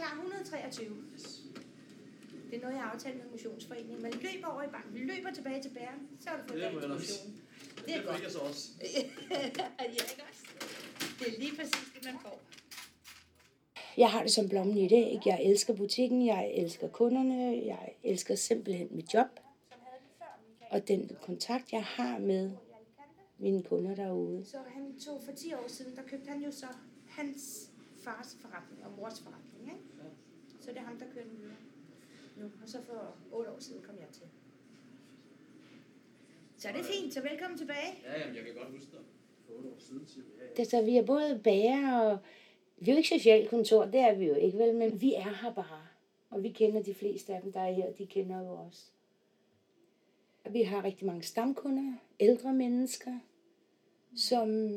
har 123. Det er noget, jeg har aftalt med motionsforeningen. Man løber over i banken. Vi løber tilbage til bæren, så har du fået dagens motion. Det er godt. Det er så også. Ja, ikke også? Det er lige præcis det, man får. Jeg har det som blommen i det. Jeg elsker butikken, jeg elsker kunderne, jeg elsker simpelthen mit job. Og den kontakt, jeg har med mine kunder derude. Så han tog for 10 år siden, der købte han jo så hans fars forretning og mors forretning. Ikke? Så det er ham, der kører den videre nu. Og så for 8 år siden kom jeg til. Så det er fint, så velkommen tilbage. Ja, jamen, jeg kan godt huske det. For 8 år siden, siger vi. Det, så vi er både bager og... Vi er jo ikke socialkontor, det er vi jo ikke, vel? Men vi er her bare. Og vi kender de fleste af dem, der er her, de kender jo os. Vi har rigtig mange stamkunder, ældre mennesker, som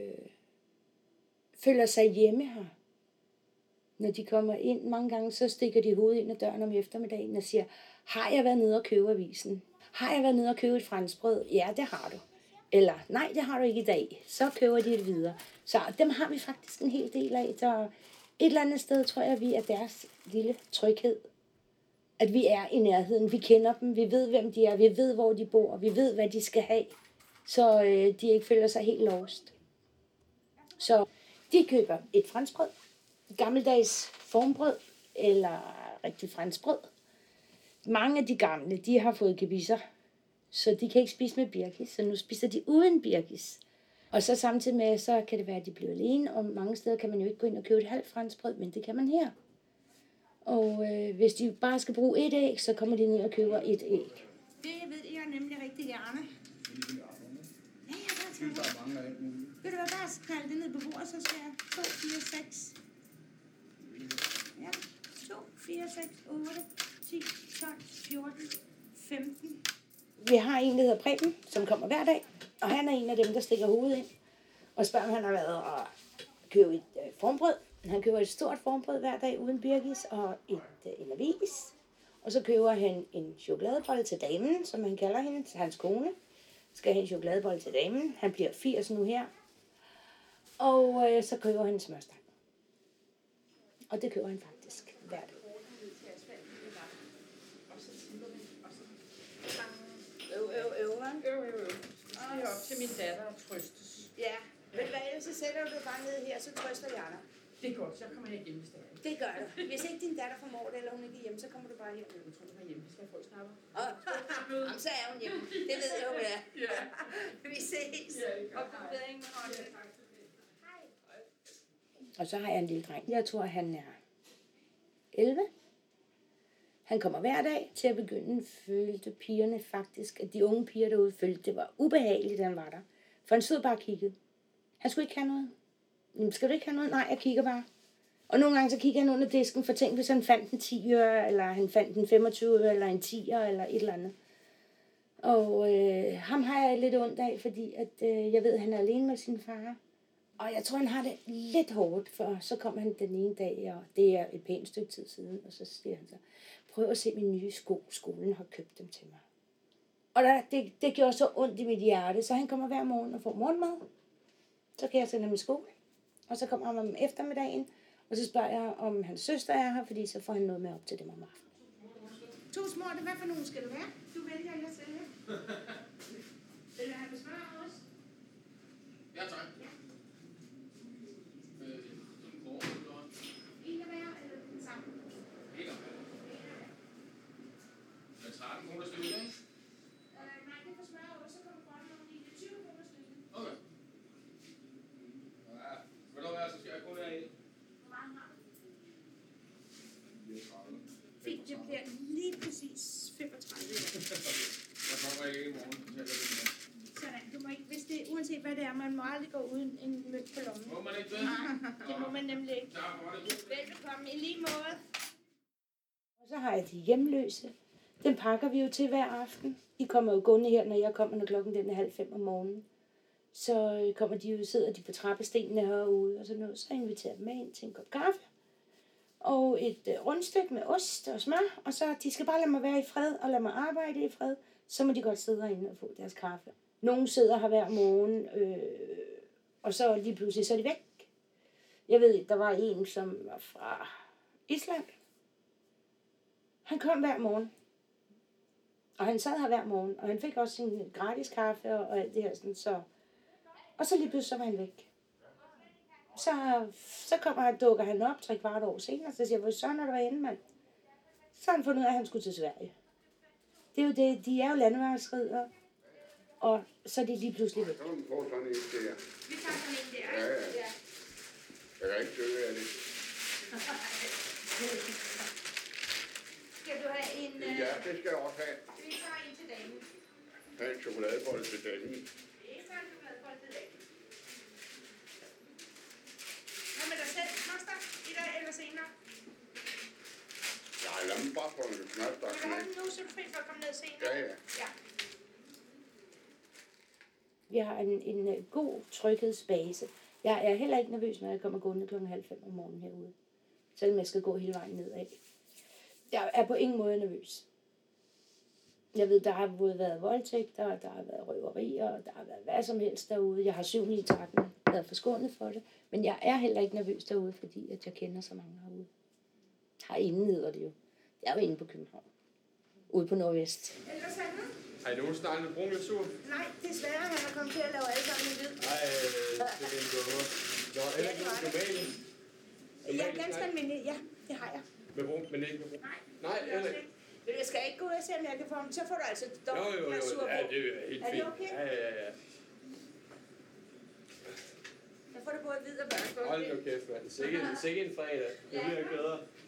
føler sig hjemme her. Når de kommer ind, mange gange, så stikker de hovedet ind ad døren om eftermiddagen og siger, har jeg været nede og købe avisen? Har jeg været nede og købe et franskbrød? Ja, det har du. Eller, nej, det har du ikke i dag. Så køber de det videre. Så dem har vi faktisk en hel del af. Så et eller andet sted, tror jeg, vi er deres lille tryghed. At vi er i nærheden. Vi kender dem. Vi ved, hvem de er. Vi ved, hvor de bor. Vi ved, hvad de skal have. Så de ikke føler sig helt lost. Så de køber et franskbrød. Gammeldags formbrød. Eller rigtig franskbrød. Mange af de gamle, de har fået gebisser. Så de kan ikke spise med birkis, så nu spiser de uden birkis. Og så samtidig med, så kan det være, at de bliver alene, og mange steder kan man jo ikke gå ind og købe et halvt franskbrød, men det kan man her. Og hvis de bare skal bruge et æg, så kommer de ned og køber et æg. Det ved jeg nemlig rigtig gerne. Ja, jeg bare tager det. Vil du bare knalde det ned på bordet, så skal jeg 2, 4, 6. Ja, 2, 4, 6, 8, 10, 12, 14, 15. Vi har en, der hedder Preben, som kommer hver dag, og han er en af dem, der stikker hovedet ind og spørger, om han har været og købe et formbrød. Han køber et stort formbrød hver dag uden birkis og en avis. Og så køber han en chokoladebolle til damen, som han kalder hende, til hans kone. Skal have en chokoladebolle til damen. Han bliver 80 nu her. Og så køber han en smørstang. Og det køber han faktisk hver dag. Så skal jeg op til min datter og trøstes. Ja, men hvad ellers, så sætter du dig bare ned her, så trøster jeg dig. Det er godt, så kommer jeg hjem, hvis det er. Det gør du. Hvis ikke din datter formår det, eller hun ikke er hjemme, så kommer du bare hjem. Jeg tror, hun er hjemme. Vi skal have frøsnapper. Jamen, så er hun hjemme. Det ved jeg jo, hvad Ja. Vi ses. Og god bedring med hånden. Hej. Og så har jeg en lille dreng. Jeg tror, han er 11. Han kommer hver dag til at begynde, følte pigerne faktisk, at de unge piger derude følte, det var ubehageligt, da han var der. For han stod bare og kiggede. Han skulle ikke have noget. Jamen, skal du ikke have noget? Nej, jeg kigger bare. Og nogle gange så kigger han under disken, for tænk, hvis han fandt en 10 øre, eller han fandt en 25 øre, eller en 10'er, eller et eller andet. Og ham har jeg lidt ondt af, fordi at, jeg ved, at han er alene med sin far. Og jeg tror, han har det lidt hårdt, for så kom han den ene dag, og det er et pænt stykke tid siden, og så siger han så, prøv at se mine nye sko, skolen har købt dem til mig. Og det gjorde så ondt i mit hjerte, så han kommer hver morgen og får morgenmad. Så kan jeg sende ham i skole, og så kommer han om eftermiddagen, og så spørger jeg, om hans søster er her, fordi så får han noget med op til dem om aftenen. 2 små, hvad for nogen skal du have? Du vælger jer selv. Vil du have med smør også? Ja, tak. Ja. En af hver, eller den samme? En af hver. Men 13 kroner stykket, ikke? Nej, det er for smør også, så kommer godt nogle i 20 kroner stykket. Okay. Ja, vil du være, så skal jeg kun have en. Hvor meget har du? Fint, det bliver lige præcis 35. Jeg kommer ikke i morgen, så tager jeg det med. Sådan, du må ikke, hvis det, uanset hvad det er, man må aldrig gå uden en mønt på lommen. Må man ikke det? Det må man nemlig ikke. Tak for det. Velbekomme i lige måde. Og så har jeg de hjemløse. Den pakker vi jo til hver aften. De kommer jo gående her, når jeg kommer, når klokken den er 4:30 om morgenen. Så kommer de jo, sidder de på trappestenene herude, og så noget, så inviterer jeg dem med ind til en kop kaffe. Og et rundstykke med ost og smør, og så de skal bare lade mig være i fred, og lade mig arbejde i fred. Så må de godt sidde herinde og få deres kaffe. Nogle sidder her hver morgen, og så lige pludselig så er de væk. Jeg ved, der var en, som var fra Island. Han kom hver morgen. Og han sad her hver morgen, og han fik også sin gratis kaffe og alt det her. Sådan, så. Og så lige pludselig så var han væk. Så kommer han, dukker han op 3/4 år senere, så siger jeg, hvor søren er du henne, mand? Så har han fundet ud af, at han skulle til Sverige. Det er jo det, de er jo landevejsridere, og så er de lige pludselig væk. Så kan man få sådan en der. Vi tager sådan en der. Ja, ja. Jeg kan ikke dø af det. Skal du have en... Ja, det skal jeg også have. Vi tager en til damen. Have en chokoladebolle til dagen. Det er så en chokoladebolle til damen. Hvad med dig selv, moster? I dag eller senere? Nej, lad mig bare få en knapstak Vil du have med. den nu, så er du fri for at komme ned senere? Ja, ja. Ja. Vi har en god tryghedsbase. Jeg er heller ikke nervøs, når jeg kommer gående kl. 4:30 om morgenen herude. Selvom jeg skal gå hele vejen nedad. Jeg er på ingen måde nervøs. Jeg ved, der har både været voldtægter, der har været røverier, der har været hvad som helst derude. Jeg har 7-9-13 været forskånet for det. Men jeg er heller ikke nervøs derude, fordi at jeg kender så mange herude. Herinde hedder det jo. Det er jo inde på København. Ude på Nordvest. Ellers er den? Ej, nogen starter med brun glasur. Nej, desværre. Han er kommet til at lave alle sammen i hvid. Ej, det er en gummer. Nå, eller ikke det var det. normalt. Ja, ganske almindelig. Ja, det har jeg. Med brun, men ikke med brun. Nej, det er eller også ikke. Men jeg skal ikke gå ud og se, om jeg kan få ham. Så får du altså Jo, dobbelt glasur på. ja, det er helt Er det fint. okay? Ja. Jeg får det både hvid og mørk. Hold nu kæft, mand. Sikke en fredag. Det bliver bedre.